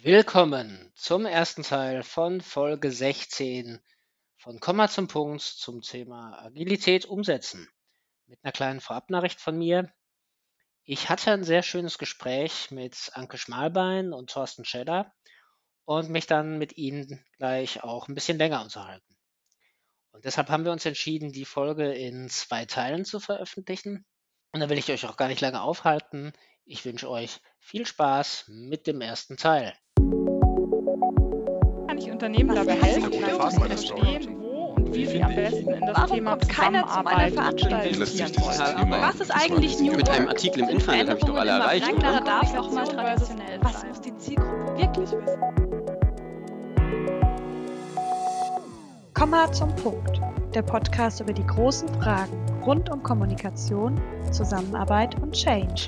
Willkommen zum ersten Teil von Folge 16 von Komma zum Punkt zum Thema Agilität umsetzen. Mit einer kleinen Vorabnachricht von mir. Ich hatte ein sehr schönes Gespräch mit Anke Schmalbein und Thorsten Schedder und mich dann mit ihnen gleich auch ein bisschen länger unterhalten. Und deshalb haben wir uns entschieden, die Folge in 2 Teilen zu veröffentlichen. Und da will ich euch auch gar nicht lange aufhalten. Ich wünsche euch viel Spaß mit dem ersten Teil. Kann ich Unternehmen dabei helfen, zu verstehen, wo und wie sie am besten in das Thema Zusammenarbeit investieren wollen? Was ist eigentlich New Work? Mit einem Artikel im Internet habe ich doch alle erreicht, Strengere oder? darf noch mal traditionell Was sein. muss die Zielgruppe wirklich wissen? Komma zum Punkt. Der Podcast über die großen Fragen rund um Kommunikation, Zusammenarbeit und Change.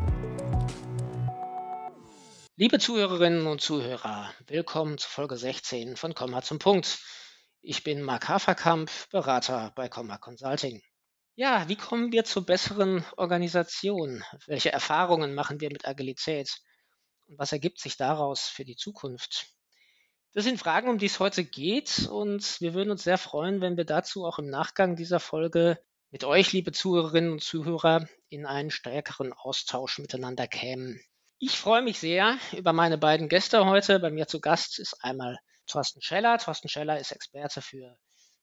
Liebe Zuhörerinnen und Zuhörer, willkommen zu Folge 16 von Komma zum Punkt. Ich bin Marc Haferkamp, Berater bei Komma Consulting. Ja, wie kommen wir zur besseren Organisation? Welche Erfahrungen machen wir mit Agilität? Und was ergibt sich daraus für die Zukunft? Das sind Fragen, um die es heute geht, und wir würden uns sehr freuen, wenn wir dazu auch im Nachgang dieser Folge mit euch, liebe Zuhörerinnen und Zuhörer, in einen stärkeren Austausch miteinander kämen. Ich freue mich sehr über meine beiden Gäste heute. Bei mir zu Gast ist einmal Thorsten Scheller. Thorsten Scheller ist Experte für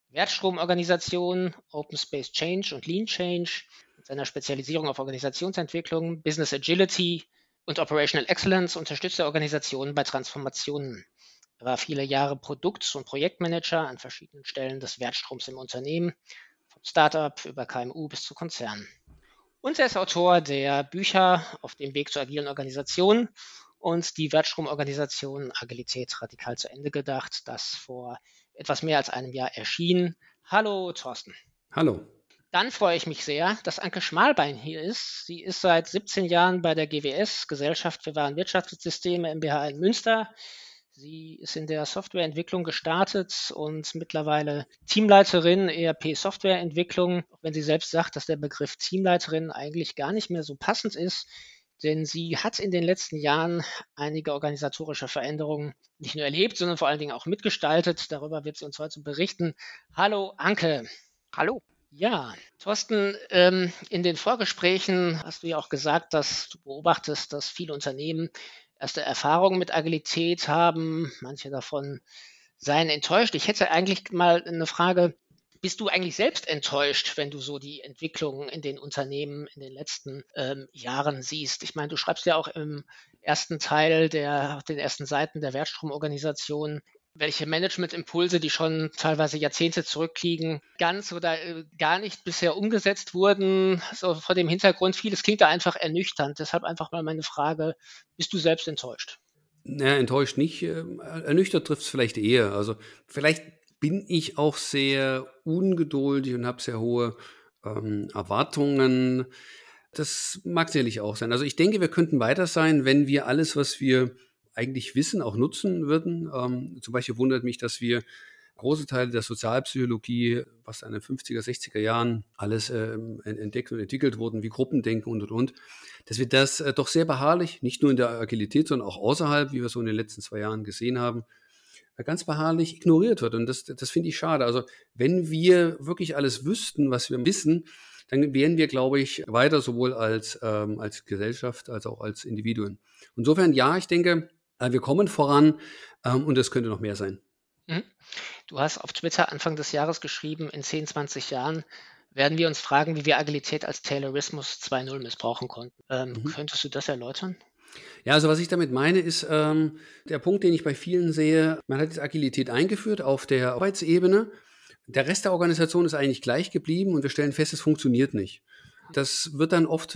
Wertstromorganisation, Open Space Change und Lean Change mit seiner Spezialisierung auf Organisationsentwicklung, Business Agility und Operational Excellence unterstützt er Organisationen bei Transformationen. Er war viele Jahre Produkt- und Projektmanager an verschiedenen Stellen des Wertstroms im Unternehmen, vom Startup über KMU bis zu Konzernen. Und er ist Autor der Bücher Auf dem Weg zur agilen Organisation und die Wertstromorganisation Agilität radikal zu Ende gedacht, das vor etwas mehr als einem Jahr erschien. Hallo Thorsten. Hallo. Dann freue ich mich sehr, dass Anke Schmalbein hier ist. Sie ist seit 17 Jahren bei der GWS, Gesellschaft für Warenwirtschaftssysteme MBH in Münster. Sie ist in der Softwareentwicklung gestartet und mittlerweile Teamleiterin ERP-Softwareentwicklung, auch wenn sie selbst sagt, dass der Begriff Teamleiterin eigentlich gar nicht mehr so passend ist, denn sie hat in den letzten Jahren einige organisatorische Veränderungen nicht nur erlebt, sondern vor allen Dingen auch mitgestaltet. Darüber wird sie uns heute berichten. Hallo Anke. Hallo. Ja, Thorsten, in den Vorgesprächen hast du ja auch gesagt, dass du beobachtest, dass viele Unternehmen erste Erfahrungen mit Agilität haben. Manche davon seien enttäuscht. Ich hätte eigentlich mal eine Frage. Bist du eigentlich selbst enttäuscht, wenn du so die Entwicklung in den Unternehmen in den letzten Jahren siehst? Ich meine, du schreibst ja auch im ersten Teil auf den ersten Seiten der Wertstromorganisation, welche Managementimpulse, die schon teilweise Jahrzehnte zurückliegen, ganz oder gar nicht bisher umgesetzt wurden. So vor dem Hintergrund, vieles klingt da einfach ernüchternd. Deshalb einfach mal meine Frage, bist du selbst enttäuscht? Naja, enttäuscht nicht. Ernüchtert trifft es vielleicht eher. Also vielleicht bin ich auch sehr ungeduldig und habe sehr hohe Erwartungen. Das mag sicherlich auch sein. Also ich denke, wir könnten weiter sein, wenn wir alles, was wir eigentlich wissen, auch nutzen würden. Zum Beispiel wundert mich, dass wir große Teile der Sozialpsychologie, was in den 50er, 60er Jahren alles entdeckt und entwickelt wurden, wie Gruppendenken und, dass wir das doch sehr beharrlich, nicht nur in der Agilität, sondern auch außerhalb, wie wir so in den letzten 2 Jahren gesehen haben, ganz beharrlich ignoriert wird. Und das finde ich schade. Also wenn wir wirklich alles wüssten, was wir wissen, dann wären wir, glaube ich, weiter sowohl als Gesellschaft als auch als Individuen. Insofern, ja, ich denke, wir kommen voran und es könnte noch mehr sein. Mhm. Du hast auf Twitter Anfang des Jahres geschrieben, in 10, 20 Jahren werden wir uns fragen, wie wir Agilität als Taylorismus 2.0 missbrauchen konnten. Könntest du das erläutern? Ja, also was ich damit meine, ist der Punkt, den ich bei vielen sehe, man hat jetzt Agilität eingeführt auf der Arbeitsebene. Der Rest der Organisation ist eigentlich gleich geblieben und wir stellen fest, es funktioniert nicht. Das wird dann oft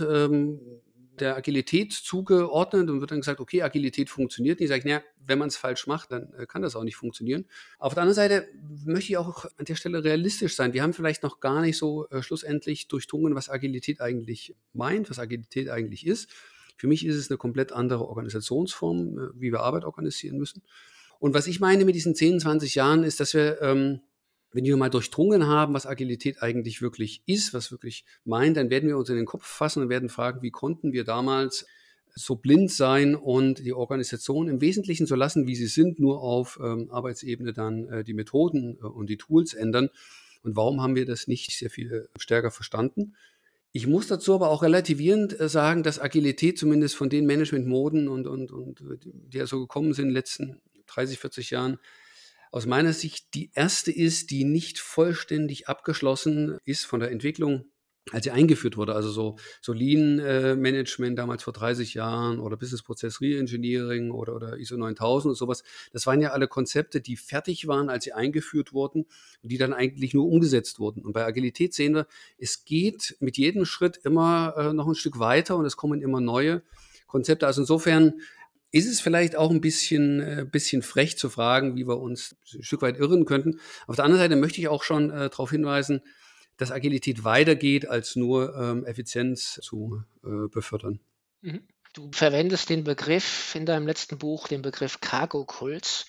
der Agilität zugeordnet und wird dann gesagt, okay, Agilität funktioniert nicht. Ich sage, naja, wenn man es falsch macht, dann kann das auch nicht funktionieren. Auf der anderen Seite möchte ich auch an der Stelle realistisch sein. Wir haben vielleicht noch gar nicht so schlussendlich durchdrungen, was Agilität eigentlich meint, was Agilität eigentlich ist. Für mich ist es eine komplett andere Organisationsform, wie wir Arbeit organisieren müssen. Und was ich meine mit diesen 10, 20 Jahren ist, dass wir, wenn wir mal durchdrungen haben, was Agilität eigentlich wirklich ist, was wirklich meint, dann werden wir uns in den Kopf fassen und werden fragen, wie konnten wir damals so blind sein und die Organisation im Wesentlichen so lassen, wie sie sind, nur auf Arbeitsebene dann die Methoden und die Tools ändern. Und warum haben wir das nicht sehr viel stärker verstanden? Ich muss dazu aber auch relativierend sagen, dass Agilität zumindest von den Managementmoden und die ja so gekommen sind in den letzten 30, 40 Jahren, aus meiner Sicht die erste ist, die nicht vollständig abgeschlossen ist von der Entwicklung, als sie eingeführt wurde. Also so Lean-Management damals vor 30 Jahren oder Business-Prozess Reengineering oder ISO 9000 und sowas. Das waren ja alle Konzepte, die fertig waren, als sie eingeführt wurden und die dann eigentlich nur umgesetzt wurden. Und bei Agilität sehen wir, es geht mit jedem Schritt immer noch ein Stück weiter und es kommen immer neue Konzepte. Also insofern ist es vielleicht auch ein bisschen frech zu fragen, wie wir uns ein Stück weit irren könnten. Auf der anderen Seite möchte ich auch schon darauf hinweisen, dass Agilität weitergeht, als nur Effizienz zu befördern. Mhm. Du verwendest den Begriff in deinem letzten Buch, den Begriff Cargo-Kult,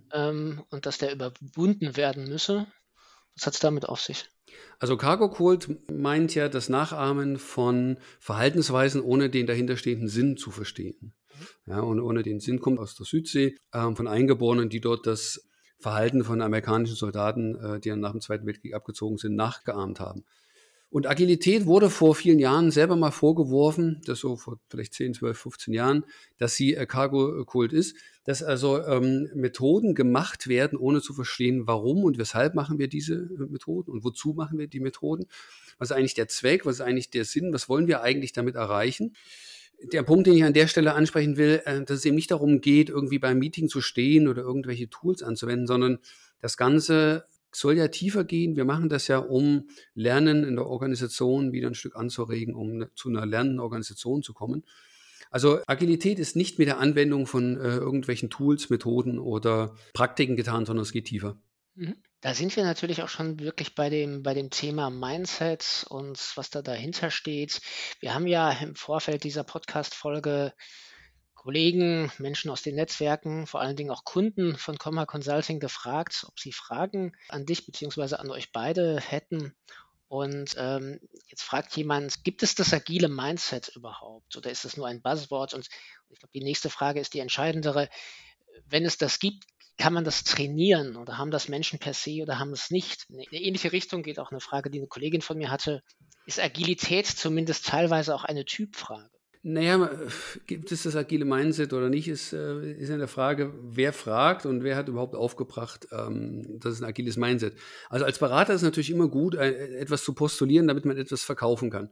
und dass der überwunden werden müsse. Was hat es damit auf sich? Also Cargo-Kult meint ja das Nachahmen von Verhaltensweisen, ohne den dahinterstehenden Sinn zu verstehen. Ja, und ohne den Sinn kommt aus der Südsee von Eingeborenen, die dort das Verhalten von amerikanischen Soldaten, die dann nach dem Zweiten Weltkrieg abgezogen sind, nachgeahmt haben. Und Agilität wurde vor vielen Jahren selber mal vorgeworfen, das so vor vielleicht 10, 12, 15 Jahren, dass sie Cargo-Kult ist, dass also Methoden gemacht werden, ohne zu verstehen, warum und weshalb machen wir diese Methoden und wozu machen wir die Methoden. Was ist eigentlich der Zweck, was ist eigentlich der Sinn, was wollen wir eigentlich damit erreichen? Der Punkt, den ich an der Stelle ansprechen will, dass es eben nicht darum geht, irgendwie beim Meeting zu stehen oder irgendwelche Tools anzuwenden, sondern das Ganze soll ja tiefer gehen. Wir machen das ja, um Lernen in der Organisation wieder ein Stück anzuregen, um zu einer lernenden Organisation zu kommen. Also Agilität ist nicht mit der Anwendung von irgendwelchen Tools, Methoden oder Praktiken getan, sondern es geht tiefer. Da sind wir natürlich auch schon wirklich bei dem Thema Mindset und was da dahinter steht. Wir haben ja im Vorfeld dieser Podcast-Folge Kollegen, Menschen aus den Netzwerken, vor allen Dingen auch Kunden von Comma Consulting gefragt, ob sie Fragen an dich bzw. an euch beide hätten. Und jetzt fragt jemand, gibt es das agile Mindset überhaupt oder ist es nur ein Buzzword? Und ich glaube, die nächste Frage ist die entscheidendere. Wenn es das gibt, kann man das trainieren oder haben das Menschen per se oder haben es nicht? In eine ähnliche Richtung geht auch eine Frage, die eine Kollegin von mir hatte. Ist Agilität zumindest teilweise auch eine Typfrage? Naja, gibt es das agile Mindset oder nicht, ist in der Frage, wer fragt und wer hat überhaupt aufgebracht, das ist ein agiles Mindset. Also als Berater ist es natürlich immer gut, etwas zu postulieren, damit man etwas verkaufen kann.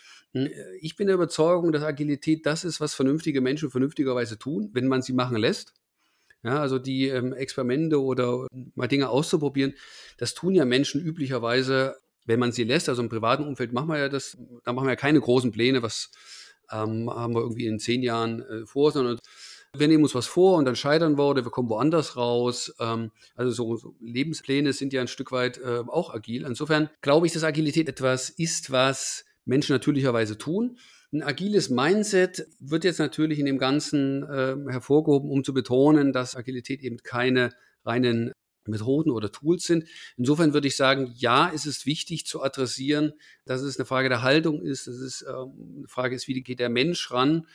Ich bin der Überzeugung, dass Agilität das ist, was vernünftige Menschen vernünftigerweise tun, wenn man sie machen lässt. Ja, also die Experimente oder mal Dinge auszuprobieren, das tun ja Menschen üblicherweise, wenn man sie lässt. Also im privaten Umfeld machen wir ja das, da machen wir ja keine großen Pläne, was haben wir irgendwie in 10 Jahren vor, sondern wir nehmen uns was vor und dann scheitern wir oder wir kommen woanders raus. Also so Lebenspläne sind ja ein Stück weit auch agil. Insofern glaube ich, dass Agilität etwas ist, was Menschen natürlicherweise tun. Ein agiles Mindset wird jetzt natürlich in dem Ganzen hervorgehoben, um zu betonen, dass Agilität eben keine reinen Methoden oder Tools sind. Insofern würde ich sagen, ja, es ist wichtig zu adressieren, dass es eine Frage der Haltung ist, dass es eine Frage ist, wie geht der Mensch ran.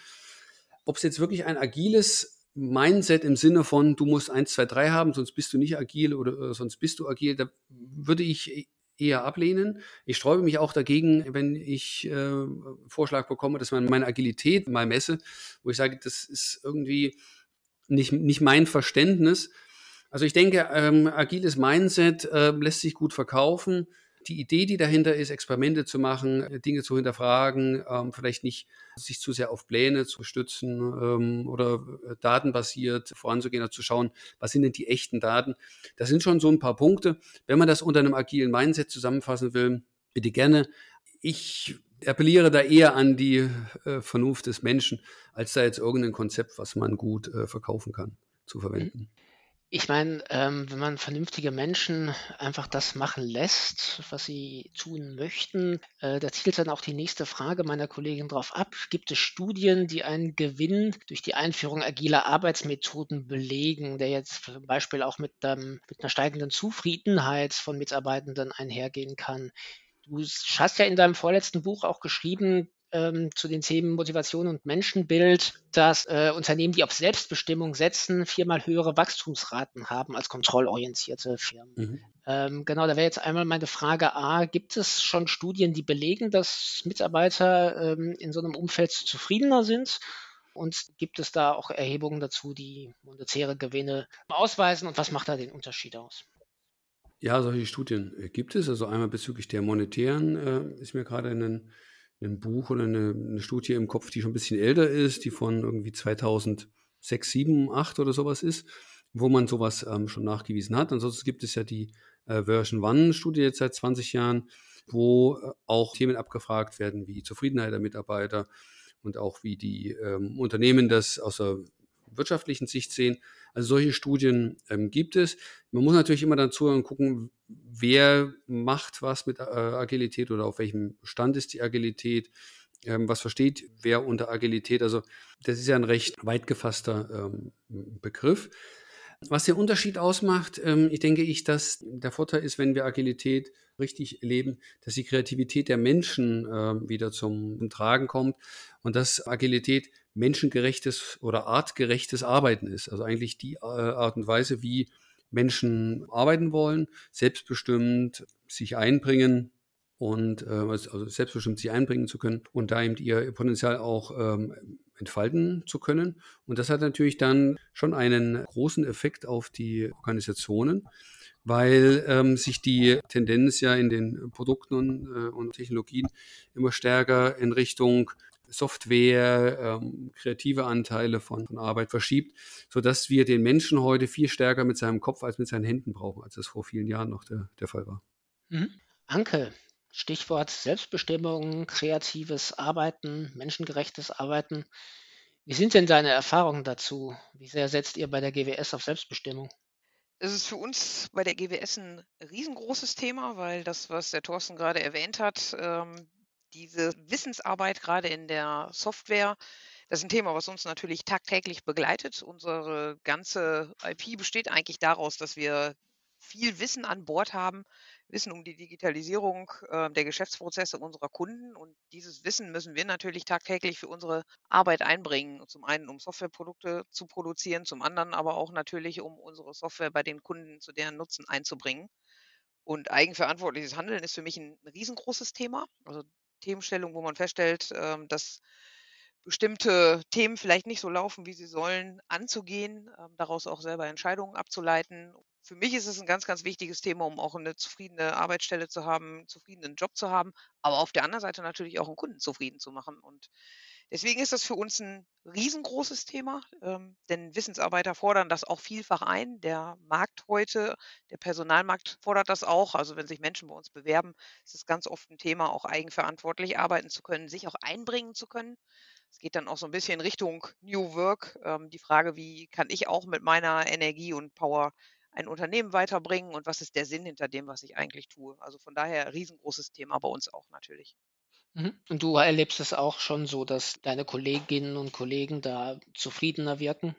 Ob es jetzt wirklich ein agiles Mindset im Sinne von, du musst 1, 2, 3 haben, sonst bist du nicht agil oder sonst bist du agil, da würde ich eher ablehnen. Ich sträube mich auch dagegen, wenn ich Vorschlag bekomme, dass man meine Agilität mal messe, wo ich sage, das ist irgendwie nicht mein Verständnis. Also ich denke, agiles Mindset lässt sich gut verkaufen. Die Idee, die dahinter ist, Experimente zu machen, Dinge zu hinterfragen, vielleicht nicht sich zu sehr auf Pläne zu stützen oder datenbasiert voranzugehen oder zu schauen, was sind denn die echten Daten. Das sind schon so ein paar Punkte. Wenn man das unter einem agilen Mindset zusammenfassen will, bitte gerne. Ich appelliere da eher an die Vernunft des Menschen, als da jetzt irgendein Konzept, was man gut verkaufen kann, zu verwenden. Ich meine, wenn man vernünftige Menschen einfach das machen lässt, was sie tun möchten, da zielt dann auch die nächste Frage meiner Kollegin drauf ab. Gibt es Studien, die einen Gewinn durch die Einführung agiler Arbeitsmethoden belegen, der jetzt zum Beispiel auch mit einer steigenden Zufriedenheit von Mitarbeitenden einhergehen kann? Du hast ja in deinem vorletzten Buch auch geschrieben, zu den Themen Motivation und Menschenbild, dass Unternehmen, die auf Selbstbestimmung setzen, 4-mal höhere Wachstumsraten haben als kontrollorientierte Firmen. Genau, da wäre jetzt einmal meine Frage A, gibt es schon Studien, die belegen, dass Mitarbeiter in so einem Umfeld zufriedener sind? Und gibt es da auch Erhebungen dazu, die monetäre Gewinne ausweisen? Und was macht da den Unterschied aus? Ja, solche Studien gibt es. Also einmal bezüglich der monetären ist mir gerade ein Buch oder eine Studie im Kopf, die schon ein bisschen älter ist, die von irgendwie 2006, 7, 8 oder sowas ist, wo man sowas schon nachgewiesen hat. Ansonsten gibt es ja die Version 1-Studie jetzt seit 20 Jahren, wo auch Themen abgefragt werden wie Zufriedenheit der Mitarbeiter und auch wie die Unternehmen das aus der wirtschaftlichen Sicht sehen. Also solche Studien gibt es. Man muss natürlich immer dann zuhören und gucken, wer macht was mit Agilität oder auf welchem Stand ist die Agilität, was versteht wer unter Agilität. Also das ist ja ein recht weit gefasster Begriff. Was den Unterschied ausmacht, denke ich, dass der Vorteil ist, wenn wir Agilität richtig leben, dass die Kreativität der Menschen wieder zum Tragen kommt und dass Agilität menschengerechtes oder artgerechtes Arbeiten ist. Also eigentlich die Art und Weise, wie Menschen arbeiten wollen, selbstbestimmt sich einbringen und also selbstbestimmt sich einbringen zu können und da eben ihr Potenzial auch entfalten zu können. Und das hat natürlich dann schon einen großen Effekt auf die Organisationen, weil sich die Tendenz ja in den Produkten und Technologien immer stärker in Richtung Software, kreative Anteile von Arbeit verschiebt, sodass wir den Menschen heute viel stärker mit seinem Kopf als mit seinen Händen brauchen, als das vor vielen Jahren noch der Fall war. Anke, Stichwort Selbstbestimmung, kreatives Arbeiten, menschengerechtes Arbeiten. Wie sind denn deine Erfahrungen dazu? Wie sehr setzt ihr bei der GWS auf Selbstbestimmung? Es ist für uns bei der GWS ein riesengroßes Thema, weil das, was der Thorsten gerade erwähnt hat, diese Wissensarbeit gerade in der Software, das ist ein Thema, was uns natürlich tagtäglich begleitet. Unsere ganze IP besteht eigentlich daraus, dass wir viel Wissen an Bord haben, Wissen um die Digitalisierung der Geschäftsprozesse unserer Kunden. Und dieses Wissen müssen wir natürlich tagtäglich für unsere Arbeit einbringen. Zum einen, um Softwareprodukte zu produzieren, zum anderen aber auch natürlich, um unsere Software bei den Kunden zu deren Nutzen einzubringen. Und eigenverantwortliches Handeln ist für mich ein riesengroßes Thema. Also Themenstellung, wo man feststellt, dass bestimmte Themen vielleicht nicht so laufen, wie sie sollen, anzugehen, daraus auch selber Entscheidungen abzuleiten. Für mich ist es ein ganz, ganz wichtiges Thema, um auch eine zufriedene Arbeitsstelle zu haben, 'n zufriedenen Job zu haben, aber auf der anderen Seite natürlich auch 'n Kunden zufrieden zu machen. Und deswegen ist das für uns ein riesengroßes Thema, denn Wissensarbeiter fordern das auch vielfach ein. Der Markt heute, der Personalmarkt fordert das auch. Also, wenn sich Menschen bei uns bewerben, ist es ganz oft ein Thema, auch eigenverantwortlich arbeiten zu können, sich auch einbringen zu können. Es geht dann auch so ein bisschen Richtung New Work. Die Frage: „Wie kann ich auch mit meiner Energie und Power ein Unternehmen weiterbringen und was ist der Sinn hinter dem, was ich eigentlich tue?“ Also, von daher riesengroßes Thema bei uns auch natürlich. Und du erlebst es auch schon so, dass deine Kolleginnen und Kollegen da zufriedener wirken?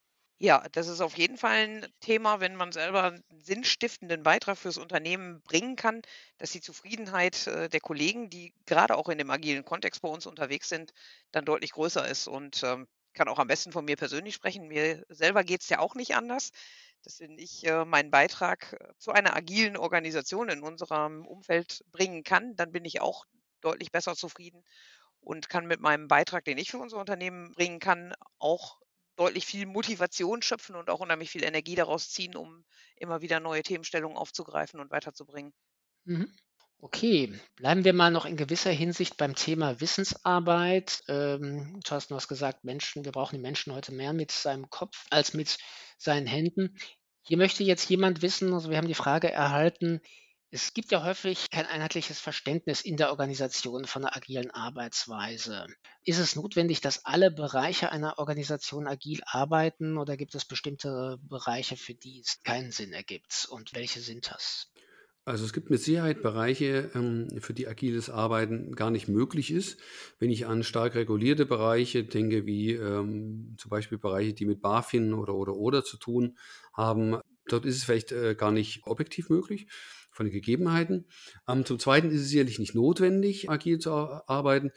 Ja, das ist auf jeden Fall ein Thema, wenn man selber 'n sinnstiftenden Beitrag fürs Unternehmen bringen kann, dass die Zufriedenheit, der Kollegen, die gerade auch in dem agilen Kontext bei uns unterwegs sind, dann deutlich größer ist. Und, kann auch am besten von mir persönlich sprechen. Mir selber geht's ja auch nicht anders, dass wenn ich, meinen Beitrag, zu einer agilen Organisation in unserem Umfeld bringen kann, dann bin ich auch deutlich besser zufrieden und kann mit meinem Beitrag, den ich für unser Unternehmen bringen kann, auch deutlich viel Motivation schöpfen und auch unheimlich viel Energie daraus ziehen, um immer wieder neue Themenstellungen aufzugreifen und weiterzubringen. Mhm. Okay, bleiben wir mal noch in gewisser Hinsicht beim Thema Wissensarbeit. Thorsten, du hast gesagt, wir brauchen die Menschen heute mehr mit seinem Kopf als mit seinen Händen. Hier möchte jetzt jemand wissen, also wir haben die Frage erhalten, es gibt ja häufig kein einheitliches Verständnis in der Organisation von einer agilen Arbeitsweise. Ist es notwendig, dass alle Bereiche einer Organisation agil arbeiten oder gibt es bestimmte Bereiche, für die es keinen Sinn ergibt? Und welche sind das? Also es gibt mit Sicherheit Bereiche, für die agiles Arbeiten gar nicht möglich ist. Wenn ich an stark regulierte Bereiche denke, wie zum Beispiel Bereiche, die mit BaFin oder zu tun haben, dort ist es vielleicht gar nicht objektiv möglich von den Gegebenheiten. Zum Zweiten ist es sicherlich nicht notwendig, agil zu arbeiten.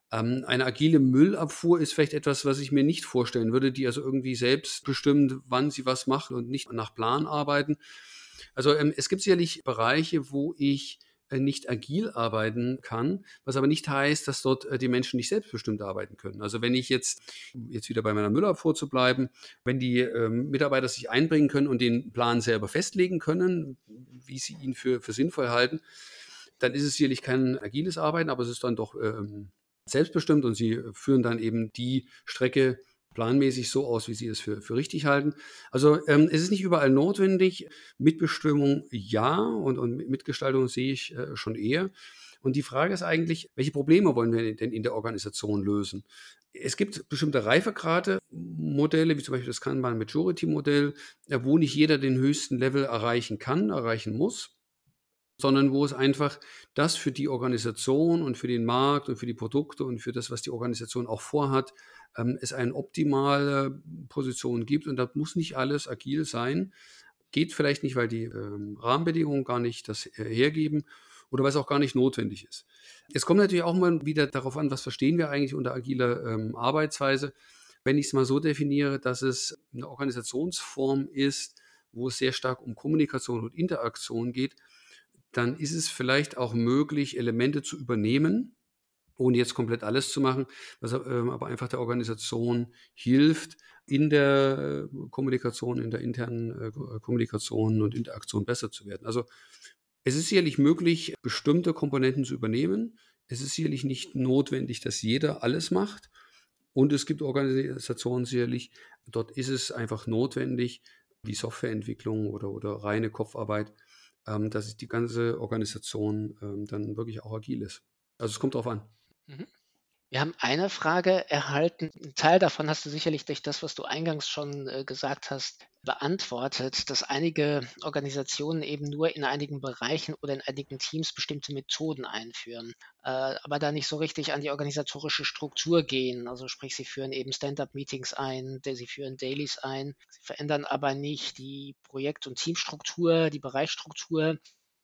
Eine agile Müllabfuhr ist vielleicht etwas, was ich mir nicht vorstellen würde, die also irgendwie selbst bestimmt, wann sie was macht und nicht nach Plan arbeiten. Also es gibt sicherlich Bereiche, wo ich nicht agil arbeiten kann, was aber nicht heißt, dass dort die Menschen nicht selbstbestimmt arbeiten können. Also wenn ich jetzt wieder bei meiner Müllabfuhr zu bleiben, wenn die Mitarbeiter sich einbringen können und den Plan selber festlegen können, wie sie ihn für sinnvoll halten, dann ist es sicherlich kein agiles Arbeiten, aber es ist dann doch selbstbestimmt und sie führen dann eben die Strecke planmäßig so aus, wie sie es für richtig halten. Also es ist nicht überall notwendig. Mitbestimmung ja und Mitgestaltung sehe ich schon eher. Und die Frage ist eigentlich, welche Probleme wollen wir denn in der Organisation lösen? Es gibt bestimmte Reifegrade-Modelle, wie zum Beispiel das Kanban-Majority-Modell, wo nicht jeder den höchsten Level erreichen muss, sondern wo es einfach das für die Organisation und für den Markt und für die Produkte und für das, was die Organisation auch vorhat, es eine optimale Position gibt. Und das muss nicht alles agil sein. Geht vielleicht nicht, weil die Rahmenbedingungen gar nicht das hergeben oder weil es auch gar nicht notwendig ist. Es kommt natürlich auch mal wieder darauf an, was verstehen wir eigentlich unter agiler Arbeitsweise. Wenn ich es mal so definiere, dass es eine Organisationsform ist, wo es sehr stark um Kommunikation und Interaktion geht, dann ist es vielleicht auch möglich, Elemente zu übernehmen, ohne jetzt komplett alles zu machen, was aber einfach der Organisation hilft, in der Kommunikation, in der internen Kommunikation und Interaktion besser zu werden. Also es ist sicherlich möglich, bestimmte Komponenten zu übernehmen. Es ist sicherlich nicht notwendig, dass jeder alles macht. Und es gibt Organisationen sicherlich, dort ist es einfach notwendig, wie Softwareentwicklung oder reine Kopfarbeit, dass die ganze Organisation dann wirklich auch agil ist. Also es kommt drauf an. Mhm. Wir haben eine Frage erhalten. Ein Teil davon hast du sicherlich durch das, was du eingangs schon gesagt hast, beantwortet, dass einige Organisationen eben nur in einigen Bereichen oder in einigen Teams bestimmte Methoden einführen, aber da nicht so richtig an die organisatorische Struktur gehen. Also sprich, sie führen eben Stand-up-Meetings ein, sie führen Dailies ein, sie verändern aber nicht die Projekt- und Teamstruktur, die Bereichsstruktur.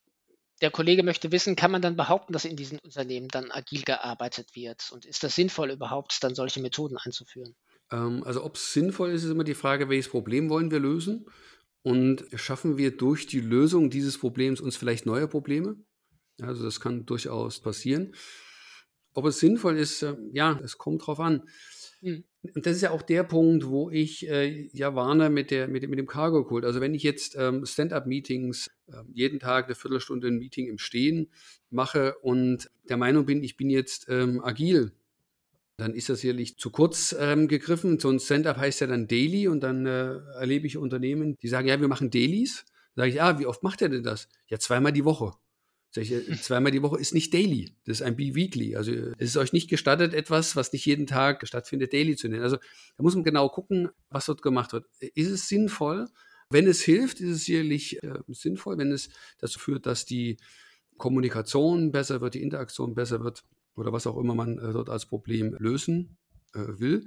Der Kollege möchte wissen, kann man dann behaupten, dass in diesen Unternehmen dann agil gearbeitet wird? Und ist das sinnvoll überhaupt, dann solche Methoden einzuführen? Also ob es sinnvoll ist, ist immer die Frage, welches Problem wollen wir lösen? Und schaffen wir durch die Lösung dieses Problems uns vielleicht neue Probleme? Also das kann durchaus passieren. Ob es sinnvoll ist, ja, es kommt drauf an. Und das ist ja auch der Punkt, wo ich warne mit dem Cargo-Kult. Also wenn ich jetzt Stand-up-Meetings jeden Tag eine Viertelstunde ein Meeting im Stehen mache und der Meinung bin, ich bin jetzt agil, dann ist das sicherlich zu kurz gegriffen. So ein Stand-up heißt ja dann Daily und dann erlebe ich Unternehmen, die sagen, ja, wir machen Dailies. Sage ich, wie oft macht ihr denn das? Ja, 2-mal die Woche. Sag ich, 2-mal die Woche ist nicht Daily, das ist ein Bi-Weekly. Also es ist euch nicht gestattet, etwas, was nicht jeden Tag stattfindet, Daily zu nennen. Also da muss man genau gucken, was dort gemacht wird. Ist es sinnvoll? Wenn es hilft, ist es sicherlich sinnvoll. Wenn es dazu führt, dass die Kommunikation besser wird, die Interaktion besser wird oder was auch immer man dort als Problem lösen will.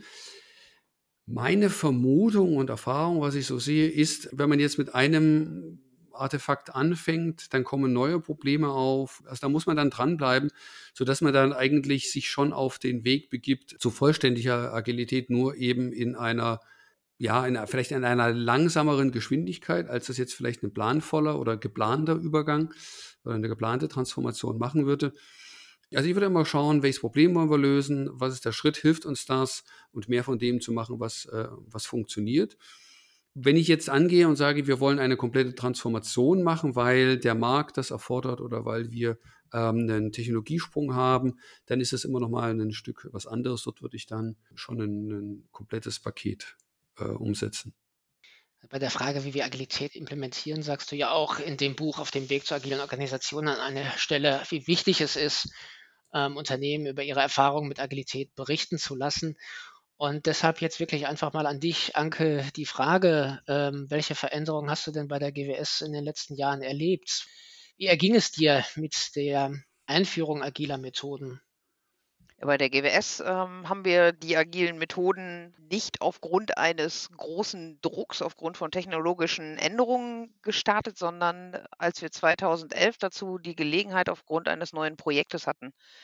Meine Vermutung und Erfahrung, was ich so sehe, ist, wenn man jetzt mit einem Artefakt anfängt, dann kommen neue Probleme auf. Also da muss man dann dranbleiben, sodass man dann eigentlich sich schon auf den Weg begibt zu vollständiger Agilität, nur eben vielleicht in einer langsameren Geschwindigkeit, als das jetzt vielleicht ein planvoller oder geplanter Übergang oder eine geplante Transformation machen würde. Also ich würde immer schauen, welches Problem wollen wir lösen, was ist der Schritt, hilft uns das und mehr von dem zu machen, was funktioniert. Wenn ich jetzt angehe und sage, wir wollen eine komplette Transformation machen, weil der Markt das erfordert oder weil wir einen Technologiesprung haben, dann ist das immer noch mal ein Stück was anderes. Dort würde ich dann schon ein komplettes Paket umsetzen. Bei der Frage, wie wir Agilität implementieren, sagst du ja auch in dem Buch Auf dem Weg zur agilen Organisation an einer Stelle, wie wichtig es ist, Unternehmen über ihre Erfahrungen mit Agilität berichten zu lassen. Und deshalb jetzt wirklich einfach mal an dich, Anke, die Frage, welche Veränderungen hast du denn bei der GWS in den letzten Jahren erlebt? Wie erging es dir mit der Einführung agiler Methoden? Bei der GWS haben wir die agilen Methoden nicht aufgrund eines großen Drucks, aufgrund von technologischen Änderungen gestartet, sondern als wir 2011 dazu die Gelegenheit aufgrund eines neuen Projektes hatten.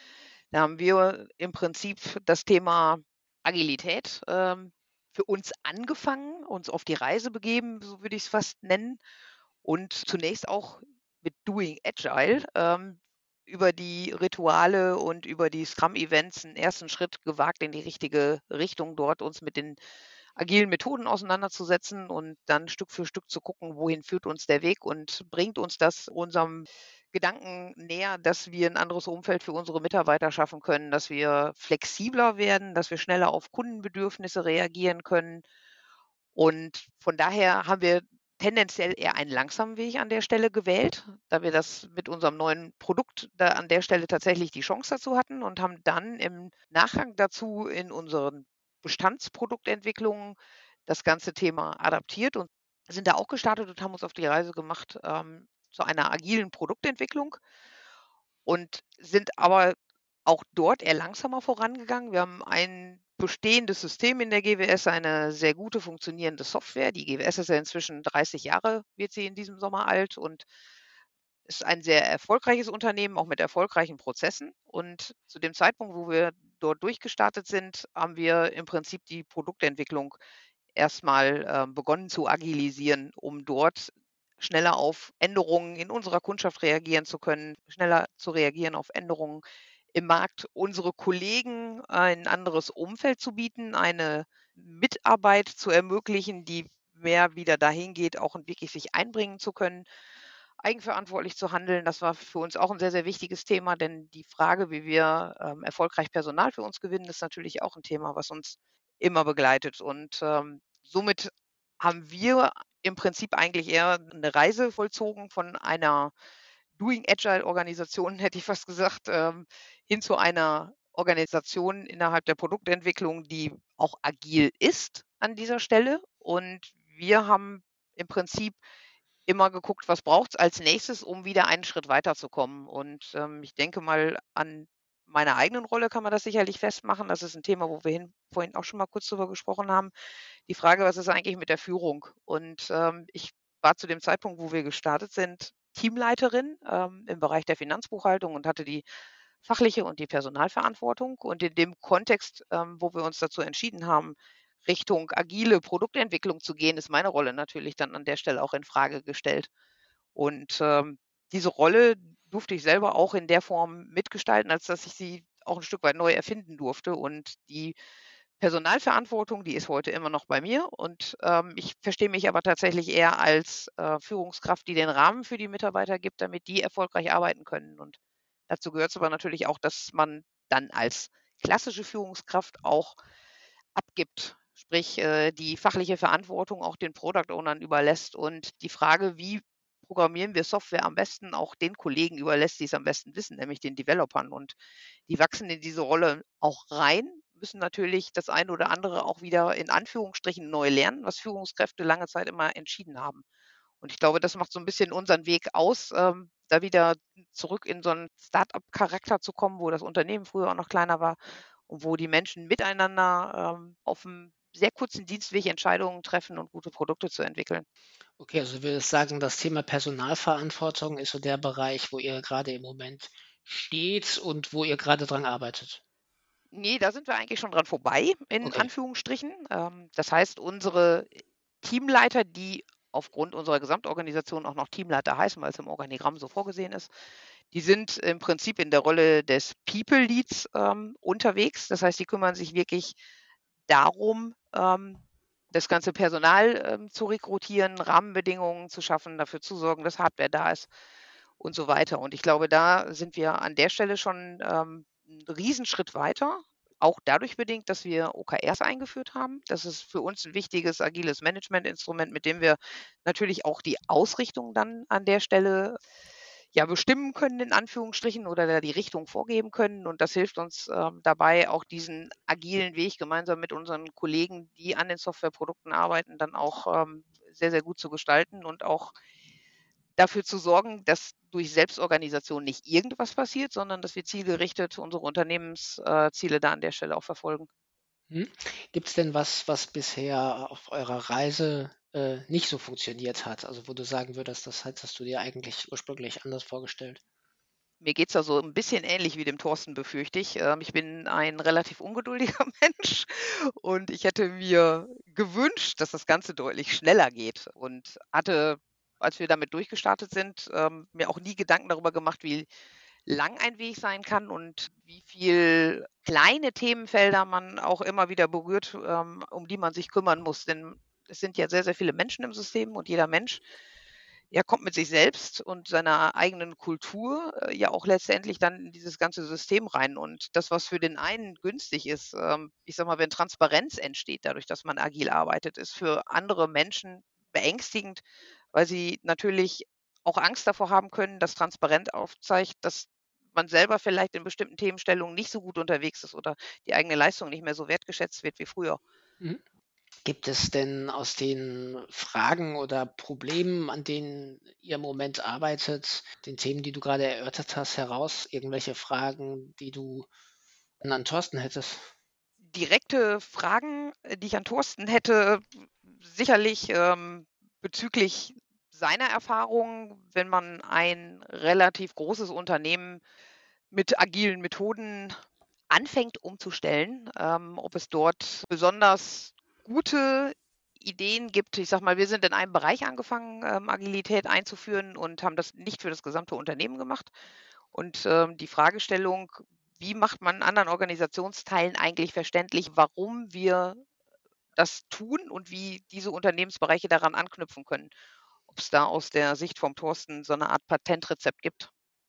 Da haben wir im Prinzip das Thema Agilität für uns angefangen, uns auf die Reise begeben, so würde ich es fast nennen. Und zunächst auch mit Doing Agile über die Rituale und über die Scrum-Events einen ersten Schritt gewagt in die richtige Richtung, dort uns mit den agilen Methoden auseinanderzusetzen und dann Stück für Stück zu gucken, wohin führt uns der Weg und bringt uns das unserem Gedanken näher, dass wir ein anderes Umfeld für unsere Mitarbeiter schaffen können, dass wir flexibler werden, dass wir schneller auf Kundenbedürfnisse reagieren können. Und von daher haben wir tendenziell eher einen langsamen Weg an der Stelle gewählt, da wir das mit unserem neuen Produkt da an der Stelle tatsächlich die Chance dazu hatten und haben dann im Nachgang dazu in unseren Bestandsproduktentwicklungen das ganze Thema adaptiert und sind da auch gestartet und haben uns auf die Reise gemacht zu einer agilen Produktentwicklung und sind aber auch dort eher langsamer vorangegangen. Wir haben ein bestehendes System in der GWS, eine sehr gute funktionierende Software. Die GWS ist ja inzwischen 30 Jahre, wird sie in diesem Sommer alt und ist ein sehr erfolgreiches Unternehmen, auch mit erfolgreichen Prozessen. Und zu dem Zeitpunkt, wo wir dort durchgestartet sind, haben wir im Prinzip die Produktentwicklung erstmal begonnen zu agilisieren, um dort schneller auf Änderungen in unserer Kundschaft reagieren zu können, schneller zu reagieren auf Änderungen im Markt, unsere Kollegen ein anderes Umfeld zu bieten, eine Mitarbeit zu ermöglichen, die mehr wieder dahin geht, auch wirklich sich einbringen zu können, eigenverantwortlich zu handeln. Das war für uns auch ein sehr, sehr wichtiges Thema, denn die Frage, wie wir erfolgreich Personal für uns gewinnen, ist natürlich auch ein Thema, was uns immer begleitet. Und somit haben wir im Prinzip eigentlich eher eine Reise vollzogen von einer Doing Agile Organisation, hätte ich fast gesagt, hin zu einer Organisation innerhalb der Produktentwicklung, die auch agil ist an dieser Stelle. Und wir haben im Prinzip immer geguckt, was braucht es als Nächstes, um wieder einen Schritt weiterzukommen. Und ich denke mal, an meiner eigenen Rolle kann man das sicherlich festmachen. Das ist ein Thema, wo wir vorhin auch schon mal kurz drüber gesprochen haben. Die Frage, was ist eigentlich mit der Führung? Und ich war zu dem Zeitpunkt, wo wir gestartet sind, Teamleiterin im Bereich der Finanzbuchhaltung und hatte die fachliche und die Personalverantwortung. Und in dem Kontext, wo wir uns dazu entschieden haben, Richtung agile Produktentwicklung zu gehen, ist meine Rolle natürlich dann an der Stelle auch in Frage gestellt. Und diese Rolle durfte ich selber auch in der Form mitgestalten, als dass ich sie auch ein Stück weit neu erfinden durfte. Und die Personalverantwortung, die ist heute immer noch bei mir. Und ich verstehe mich aber tatsächlich eher als Führungskraft, die den Rahmen für die Mitarbeiter gibt, damit die erfolgreich arbeiten können. Und dazu gehört es aber natürlich auch, dass man dann als klassische Führungskraft auch abgibt, sprich die fachliche Verantwortung auch den Product Ownern überlässt und die Frage, wie programmieren wir Software am besten, auch den Kollegen überlässt, die es am besten wissen, nämlich den Developern. Und die wachsen in diese Rolle auch rein, müssen natürlich das eine oder andere auch wieder in Anführungsstrichen neu lernen, was Führungskräfte lange Zeit immer entschieden haben. Und ich glaube, das macht so ein bisschen unseren Weg aus, da wieder zurück in so einen Start-up-Charakter zu kommen, wo das Unternehmen früher auch noch kleiner war und wo die Menschen miteinander auf einem sehr kurzen Dienstweg Entscheidungen treffen und gute Produkte zu entwickeln. Okay, also du würdest sagen, das Thema Personalverantwortung ist so der Bereich, wo ihr gerade im Moment steht und wo ihr gerade dran arbeitet. Ne, da sind wir eigentlich schon dran vorbei, in Okay. Anführungsstrichen. Das heißt, unsere Teamleiter, die aufgrund unserer Gesamtorganisation auch noch Teamleiter heißen, weil es im Organigramm so vorgesehen ist, die sind im Prinzip in der Rolle des People Leads unterwegs. Das heißt, die kümmern sich wirklich darum, das ganze Personal zu rekrutieren, Rahmenbedingungen zu schaffen, dafür zu sorgen, dass Hardware da ist und so weiter. Und ich glaube, da sind wir an der Stelle schon 'n Riesenschritt weiter, auch dadurch bedingt, dass wir OKRs eingeführt haben. Das ist für uns ein wichtiges agiles Managementinstrument, mit dem wir natürlich auch die Ausrichtung dann an der Stelle, ja, bestimmen können in Anführungsstrichen oder da die Richtung vorgeben können. Und das hilft uns dabei, auch diesen agilen Weg gemeinsam mit unseren Kollegen, die an den Softwareprodukten arbeiten, dann auch sehr, sehr gut zu gestalten und auch dafür zu sorgen, dass durch Selbstorganisation nicht irgendwas passiert, sondern dass wir zielgerichtet unsere Unternehmensziele da an der Stelle auch verfolgen. Gibt es denn was bisher auf eurer Reise nicht so funktioniert hat? Also wo du sagen würdest, das hättest du dir eigentlich ursprünglich anders vorgestellt? Mir geht es da so ein bisschen ähnlich wie dem Thorsten, befürchte ich. Ich bin ein relativ ungeduldiger Mensch und ich hätte mir gewünscht, dass das Ganze deutlich schneller geht und hatte, als wir damit durchgestartet sind, mir auch nie Gedanken darüber gemacht, wie lang ein Weg sein kann und wie viel kleine Themenfelder man auch immer wieder berührt, um die man sich kümmern muss. Denn es sind ja sehr, sehr viele Menschen im System und jeder Mensch kommt mit sich selbst und seiner eigenen Kultur ja auch letztendlich dann in dieses ganze System rein. Und das, was für den einen günstig ist, ich sage mal, wenn Transparenz entsteht, dadurch, dass man agil arbeitet, ist für andere Menschen beängstigend, weil sie natürlich auch Angst davor haben können, dass transparent aufzeigt, dass man selber vielleicht in bestimmten Themenstellungen nicht so gut unterwegs ist oder die eigene Leistung nicht mehr so wertgeschätzt wird wie früher. Mhm. Gibt es denn aus den Fragen oder Problemen, an denen ihr im Moment arbeitet, den Themen, die du gerade erörtert hast, heraus, irgendwelche Fragen, die du an Thorsten hättest? Direkte Fragen, die ich an Thorsten hätte, sicherlich bezüglich seiner Erfahrungen, wenn man ein relativ großes Unternehmen mit agilen Methoden anfängt umzustellen, ob es dort besonders gute Ideen gibt. Ich sage mal, wir sind in einem Bereich angefangen, Agilität einzuführen und haben das nicht für das gesamte Unternehmen gemacht. Und die Fragestellung, wie macht man anderen Organisationsteilen eigentlich verständlich, warum wir das tun und wie diese Unternehmensbereiche daran anknüpfen können? Ob es da aus der Sicht vom Thorsten so eine Art Patentrezept gibt?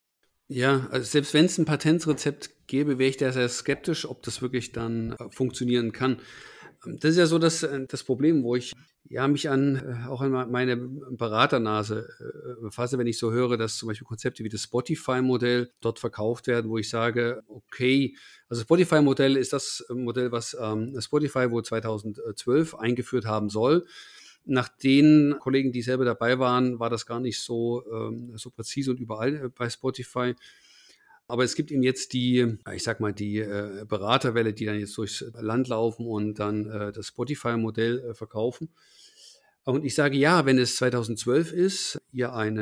Ja, also selbst wenn es ein Patentrezept gäbe, wäre ich da sehr skeptisch, ob das wirklich dann funktionieren kann. Das ist ja so das Problem, wo ich mich auch an meine Beraternase befasse, wenn ich so höre, dass zum Beispiel Konzepte wie das Spotify-Modell dort verkauft werden, wo ich sage, okay, also Spotify-Modell ist das Modell, was Spotify wohl 2012 eingeführt haben soll. Nach den Kollegen, die selber dabei waren, war das gar nicht so präzise und überall bei Spotify. Aber es gibt eben jetzt die Beraterwelle, die dann jetzt durchs Land laufen und dann das Spotify-Modell verkaufen. Und ich sage, ja, wenn es 2012 ist, ihr ein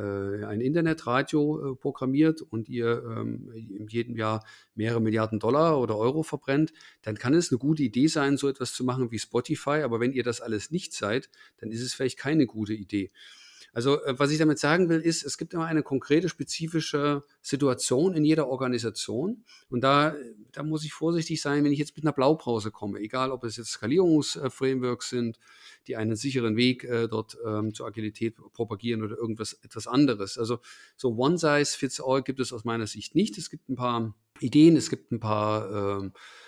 Internetradio programmiert und ihr in jedem Jahr mehrere Milliarden Dollar oder Euro verbrennt, dann kann es eine gute Idee sein, so etwas zu machen wie Spotify. Aber wenn ihr das alles nicht seid, dann ist es vielleicht keine gute Idee. Also was ich damit sagen will, ist, es gibt immer eine konkrete, spezifische Situation in jeder Organisation. Und da muss ich vorsichtig sein, wenn ich jetzt mit einer Blaupause komme. Egal, ob es jetzt Skalierungsframeworks sind, die einen sicheren Weg dort zur Agilität propagieren oder etwas anderes. Also so One Size Fits All gibt es aus meiner Sicht nicht. Es gibt ein paar Ideen, es gibt ein paar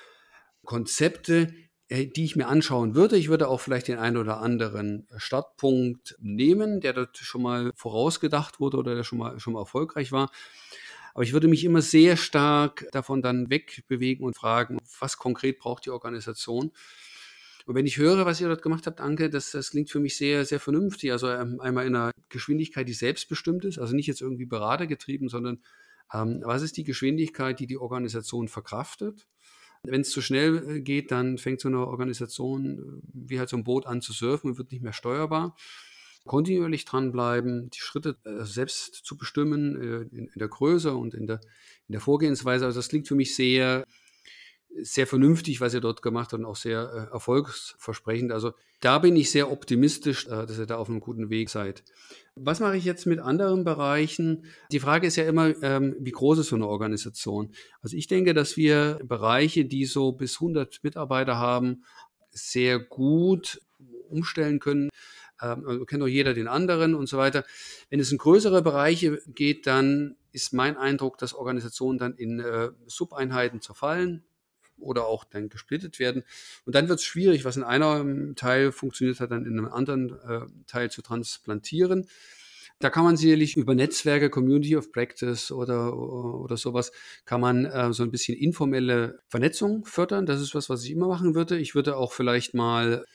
Konzepte, die ich mir anschauen würde. Ich würde auch vielleicht den einen oder anderen Startpunkt nehmen, der dort schon mal vorausgedacht wurde oder der schon mal erfolgreich war. Aber ich würde mich immer sehr stark davon dann wegbewegen und fragen, was konkret braucht die Organisation? Und wenn ich höre, was ihr dort gemacht habt, Anke, das klingt für mich sehr, sehr vernünftig. Also einmal in einer Geschwindigkeit, die selbstbestimmt ist, also nicht jetzt irgendwie beratergetrieben, sondern was ist die Geschwindigkeit, die die Organisation verkraftet? Wenn es zu schnell geht, dann fängt so eine Organisation wie halt so ein Boot an zu surfen und wird nicht mehr steuerbar. Kontinuierlich dranbleiben, die Schritte selbst zu bestimmen in der Größe und in der Vorgehensweise. Also das klingt für mich sehr, sehr vernünftig, was ihr dort gemacht habt und auch sehr erfolgsversprechend. Also da bin ich sehr optimistisch, dass ihr da auf einem guten Weg seid. Was mache ich jetzt mit anderen Bereichen? Die Frage ist ja immer, wie groß ist so eine Organisation? Also ich denke, dass wir Bereiche, die so bis 100 Mitarbeiter haben, sehr gut umstellen können. Also kennt doch jeder den anderen und so weiter. Wenn es in größere Bereiche geht, dann ist mein Eindruck, dass Organisationen dann in Subeinheiten zerfallen oder auch dann gesplittet werden. Und dann wird es schwierig, was in einem Teil funktioniert hat, dann in einem anderen Teil zu transplantieren. Da kann man sicherlich über Netzwerke, Community of Practice oder sowas, kann man so ein bisschen informelle Vernetzung fördern. Das ist was ich immer machen würde. Ich würde auch vielleicht mal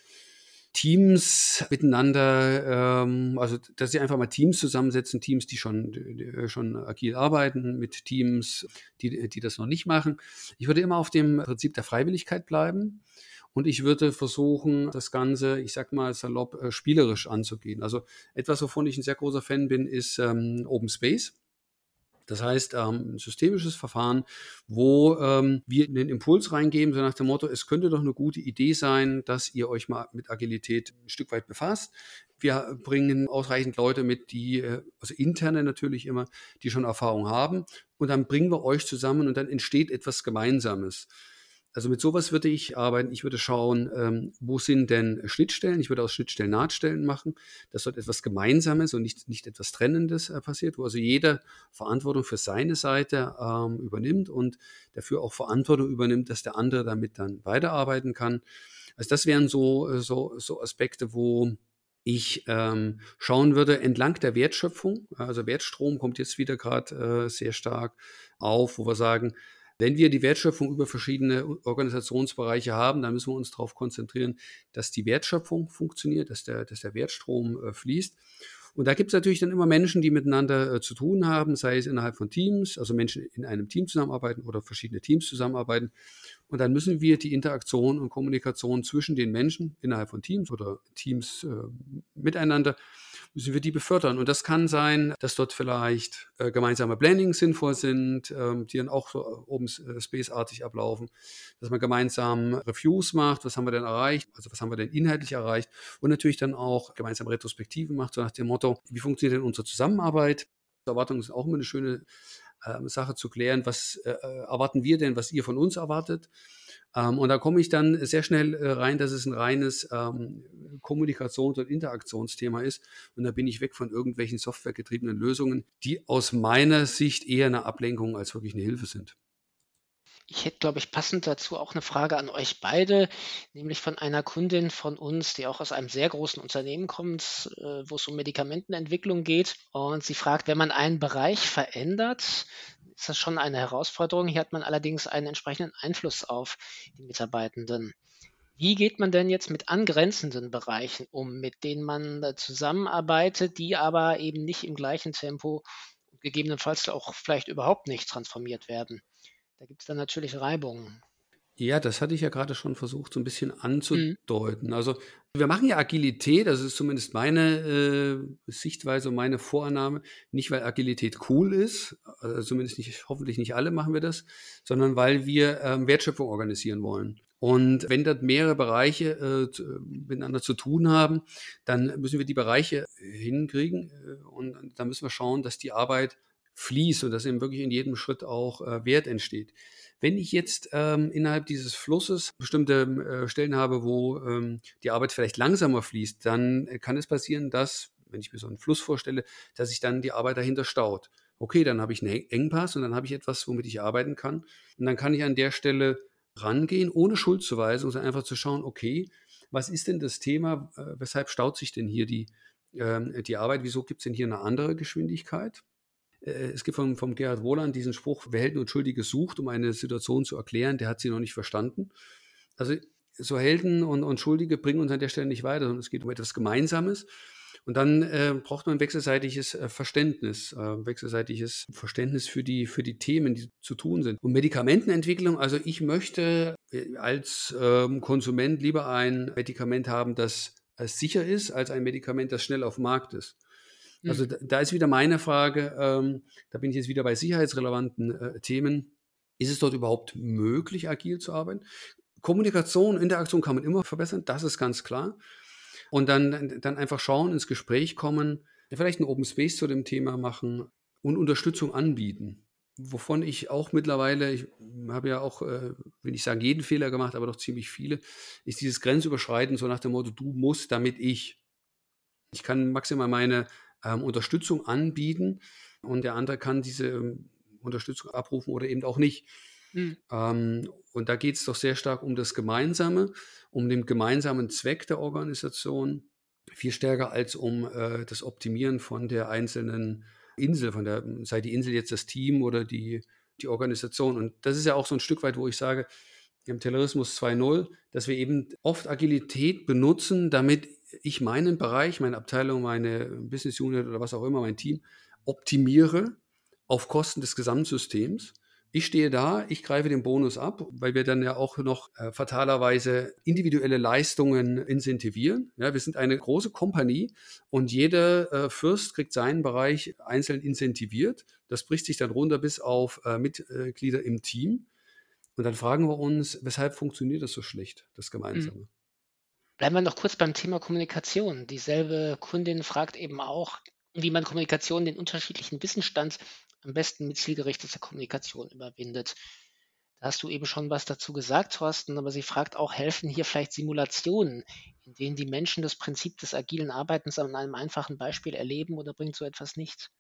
Teams miteinander, also dass sie einfach mal Teams zusammensetzen, Teams, die schon agil arbeiten, mit Teams, die das noch nicht machen. Ich würde immer auf dem Prinzip der Freiwilligkeit bleiben und ich würde versuchen, das Ganze, ich sag mal salopp, spielerisch anzugehen. Also etwas, wovon ich ein sehr großer Fan bin, ist Open Space. Das heißt, ein systemisches Verfahren, wo wir einen Impuls reingeben, so nach dem Motto, es könnte doch eine gute Idee sein, dass ihr euch mal mit Agilität ein Stück weit befasst. Wir bringen ausreichend Leute mit, die, also interne natürlich immer, die schon Erfahrung haben. Und dann bringen wir euch zusammen und dann entsteht etwas Gemeinsames. Also mit sowas würde ich arbeiten. Ich würde schauen, wo sind denn Schnittstellen? Ich würde aus Schnittstellen Nahtstellen machen, dass dort etwas Gemeinsames und nicht etwas Trennendes passiert, wo also jeder Verantwortung für seine Seite übernimmt und dafür auch Verantwortung übernimmt, dass der andere damit dann weiterarbeiten kann. Also das wären so Aspekte, wo ich schauen würde, entlang der Wertschöpfung, also Wertstrom kommt jetzt wieder gerade sehr stark auf, wo wir sagen, wenn wir die Wertschöpfung über verschiedene Organisationsbereiche haben, dann müssen wir uns darauf konzentrieren, dass die Wertschöpfung funktioniert, dass der Wertstrom fließt. Und da gibt es natürlich dann immer Menschen, die miteinander zu tun haben, sei es innerhalb von Teams, also Menschen in einem Team zusammenarbeiten oder verschiedene Teams zusammenarbeiten. Und dann müssen wir die Interaktion und Kommunikation zwischen den Menschen innerhalb von Teams oder Teams miteinander, müssen wir die befördern. Und das kann sein, dass dort vielleicht gemeinsame Plannings sinnvoll sind, die dann auch so Open Space-artig ablaufen, dass man gemeinsam Reviews macht, was haben wir denn erreicht, also was haben wir denn inhaltlich erreicht und natürlich dann auch gemeinsam Retrospektiven macht, so nach dem Motto, wie funktioniert denn unsere Zusammenarbeit? Erwartungen ist auch immer eine schöne Sache zu klären, was erwarten wir denn, was ihr von uns erwartet. Und da komme ich dann sehr schnell rein, dass es ein reines Kommunikations- und Interaktionsthema ist. Und da bin ich weg von irgendwelchen softwaregetriebenen Lösungen, die aus meiner Sicht eher eine Ablenkung als wirklich eine Hilfe sind. Ich hätte, glaube ich, passend dazu auch eine Frage an euch beide, nämlich von einer Kundin von uns, die auch aus einem sehr großen Unternehmen kommt, wo es um Medikamentenentwicklung geht. Und sie fragt, wenn man einen Bereich verändert, ist das schon eine Herausforderung. Hier hat man allerdings einen entsprechenden Einfluss auf die Mitarbeitenden. Wie geht man denn jetzt mit angrenzenden Bereichen um, mit denen man zusammenarbeitet, die aber eben nicht im gleichen Tempo, gegebenenfalls auch vielleicht überhaupt nicht transformiert werden? Da gibt es dann natürlich Reibungen. Ja, das hatte ich ja gerade schon versucht, so ein bisschen anzudeuten. Also wir machen ja Agilität, das ist zumindest meine Sichtweise und meine Vorannahme, nicht weil Agilität cool ist, also zumindest nicht, hoffentlich nicht alle machen wir das, sondern weil wir Wertschöpfung organisieren wollen. Und wenn dort mehrere Bereiche miteinander zu tun haben, dann müssen wir die Bereiche hinkriegen und dann müssen wir schauen, dass die Arbeit fließt und dass eben wirklich in jedem Schritt auch Wert entsteht. Wenn ich jetzt innerhalb dieses Flusses bestimmte Stellen habe, wo die Arbeit vielleicht langsamer fließt, dann kann es passieren, dass, wenn ich mir so einen Fluss vorstelle, dass sich dann die Arbeit dahinter staut. Okay, dann habe ich einen Engpass und dann habe ich etwas, womit ich arbeiten kann. Und dann kann ich an der Stelle rangehen, ohne Schuldzuweisung, sondern einfach zu schauen, okay, was ist denn das Thema, weshalb staut sich denn hier die Arbeit, wieso gibt es denn hier eine andere Geschwindigkeit? Es gibt vom Gerhard Wohland diesen Spruch, wer Helden und Schuldige sucht, um eine Situation zu erklären, der hat sie noch nicht verstanden. Also so Helden und Schuldige bringen uns an der Stelle nicht weiter, sondern es geht um etwas Gemeinsames. Und dann braucht man wechselseitiges Verständnis für die Themen, die zu tun sind. Und Medikamentenentwicklung, also ich möchte als Konsument lieber ein Medikament haben, das sicher ist, als ein Medikament, das schnell auf dem Markt ist. Also da ist wieder meine Frage, da bin ich jetzt wieder bei sicherheitsrelevanten Themen. Ist es dort überhaupt möglich, agil zu arbeiten? Kommunikation, Interaktion kann man immer verbessern, das ist ganz klar. Und dann einfach schauen, ins Gespräch kommen, vielleicht einen Open Space zu dem Thema machen und Unterstützung anbieten. Wovon ich auch mittlerweile, ich habe ja auch, will nicht sagen jeden Fehler gemacht, aber doch ziemlich viele, ist dieses Grenzüberschreiten so nach dem Motto, du musst, damit ich. Ich kann maximal meine Unterstützung anbieten und der andere kann diese Unterstützung abrufen oder eben auch nicht. Und da geht es doch sehr stark um das Gemeinsame, um den gemeinsamen Zweck der Organisation, viel stärker als um das Optimieren von der einzelnen Insel, sei die Insel jetzt das Team oder die Organisation. Und das ist ja auch so ein Stück weit, wo ich sage, im Taylorismus 2.0, dass wir eben oft Agilität benutzen, damit ich meinen Bereich, meine Abteilung, meine Business Unit oder was auch immer, mein Team optimiere auf Kosten des Gesamtsystems. Ich stehe da, ich greife den Bonus ab, weil wir dann ja auch noch fatalerweise individuelle Leistungen incentivieren. Ja, wir sind eine große Kompanie und jeder Fürst kriegt seinen Bereich einzeln incentiviert. Das bricht sich dann runter bis auf Mitglieder im Team. Und dann fragen wir uns, weshalb funktioniert das so schlecht, das Gemeinsame? Bleiben wir noch kurz beim Thema Kommunikation. Dieselbe Kundin fragt eben auch, wie man Kommunikation, den unterschiedlichen Wissensstand am besten mit zielgerichteter Kommunikation überwindet. Da hast du eben schon was dazu gesagt, Thorsten, aber sie fragt auch, helfen hier vielleicht Simulationen, in denen die Menschen das Prinzip des agilen Arbeitens an einem einfachen Beispiel erleben, oder bringt so etwas nichts?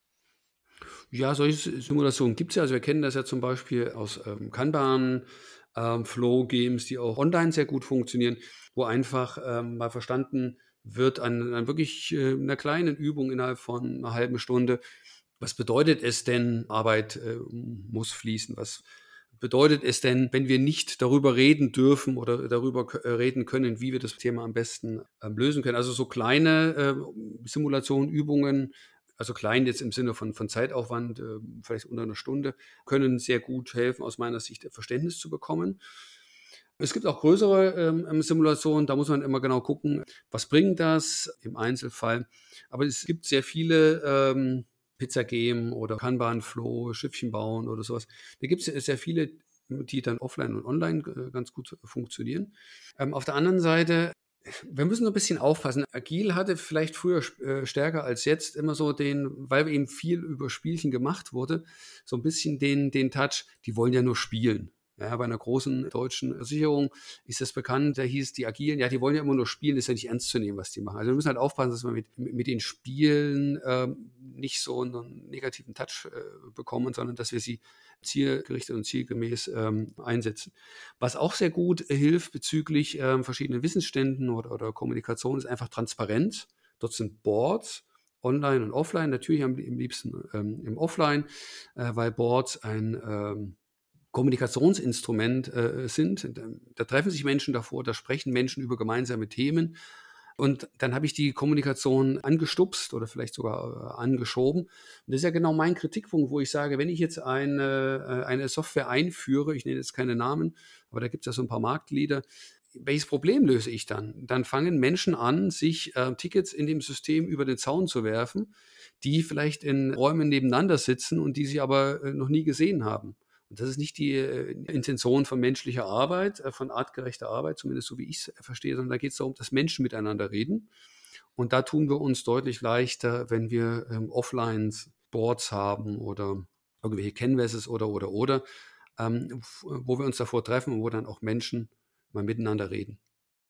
Ja, solche Simulationen gibt es ja. Also wir kennen das ja zum Beispiel aus Kanban, Flow-Games, die auch online sehr gut funktionieren, wo einfach mal verstanden wird an wirklich einer kleinen Übung innerhalb von einer halben Stunde, was bedeutet es denn, Arbeit muss fließen? Was bedeutet es denn, wenn wir nicht darüber reden dürfen oder darüber reden können, wie wir das Thema am besten lösen können? Also so kleine Simulationen, Übungen, also klein jetzt im Sinne von Zeitaufwand, vielleicht unter einer Stunde, können sehr gut helfen, aus meiner Sicht Verständnis zu bekommen. Es gibt auch größere Simulationen, da muss man immer genau gucken, was bringt das im Einzelfall. Aber es gibt sehr viele Pizza-Game oder Kanban-Flow, Schiffchen bauen oder sowas. Da gibt es sehr viele, die dann offline und online ganz gut funktionieren. Auf der anderen Seite, wir müssen ein bisschen aufpassen. Agil hatte vielleicht früher stärker als jetzt immer so weil eben viel über Spielchen gemacht wurde, so ein bisschen den Touch, die wollen ja nur spielen. Ja, bei einer großen deutschen Versicherung ist das bekannt, da hieß die Agilen, ja, die wollen ja immer nur spielen, ist ja nicht ernst zu nehmen, was die machen. Also wir müssen halt aufpassen, dass wir mit den Spielen nicht so einen negativen Touch bekommen, sondern dass wir sie zielgerichtet und zielgemäß einsetzen. Was auch sehr gut hilft bezüglich verschiedenen Wissensständen oder Kommunikation, ist einfach Transparenz. Dort sind Boards, online und offline, natürlich am liebsten im Offline, weil Boards ein Kommunikationsinstrument sind. Da treffen sich Menschen davor, da sprechen Menschen über gemeinsame Themen. Und dann habe ich die Kommunikation angestupst oder vielleicht sogar angeschoben. Und das ist ja genau mein Kritikpunkt, wo ich sage, wenn ich jetzt eine Software einführe, ich nenne jetzt keine Namen, aber da gibt es ja so ein paar Marktleader, welches Problem löse ich dann? Dann fangen Menschen an, sich Tickets in dem System über den Zaun zu werfen, die vielleicht in Räumen nebeneinander sitzen und die sie aber noch nie gesehen haben. Und das ist nicht die Intention von menschlicher Arbeit, von artgerechter Arbeit, zumindest so wie ich es verstehe, sondern da geht es darum, dass Menschen miteinander reden. Und da tun wir uns deutlich leichter, wenn wir Offline-Boards haben oder irgendwelche Canvases oder, wo wir uns davor treffen und wo dann auch Menschen mal miteinander reden.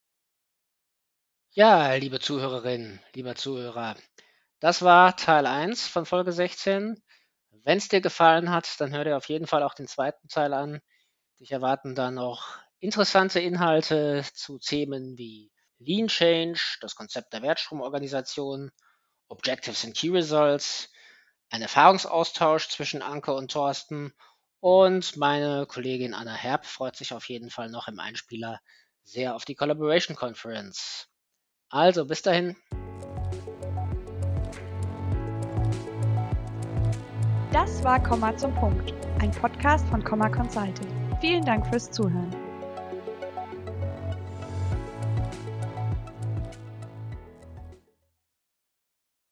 Ja, liebe Zuhörerinnen, lieber Zuhörer, das war Teil 1 von Folge 16. Wenn es dir gefallen hat, dann hör dir auf jeden Fall auch den zweiten Teil an. Dich erwarten dann noch interessante Inhalte zu Themen wie Lean Change, das Konzept der Wertstromorganisation, Objectives and Key Results, ein Erfahrungsaustausch zwischen Anke und Thorsten, und meine Kollegin Anna Herb freut sich auf jeden Fall noch im Einspieler sehr auf die Collaboration Conference. Also bis dahin. Das war Komma zum Punkt, ein Podcast von Komma Consulting. Vielen Dank fürs Zuhören.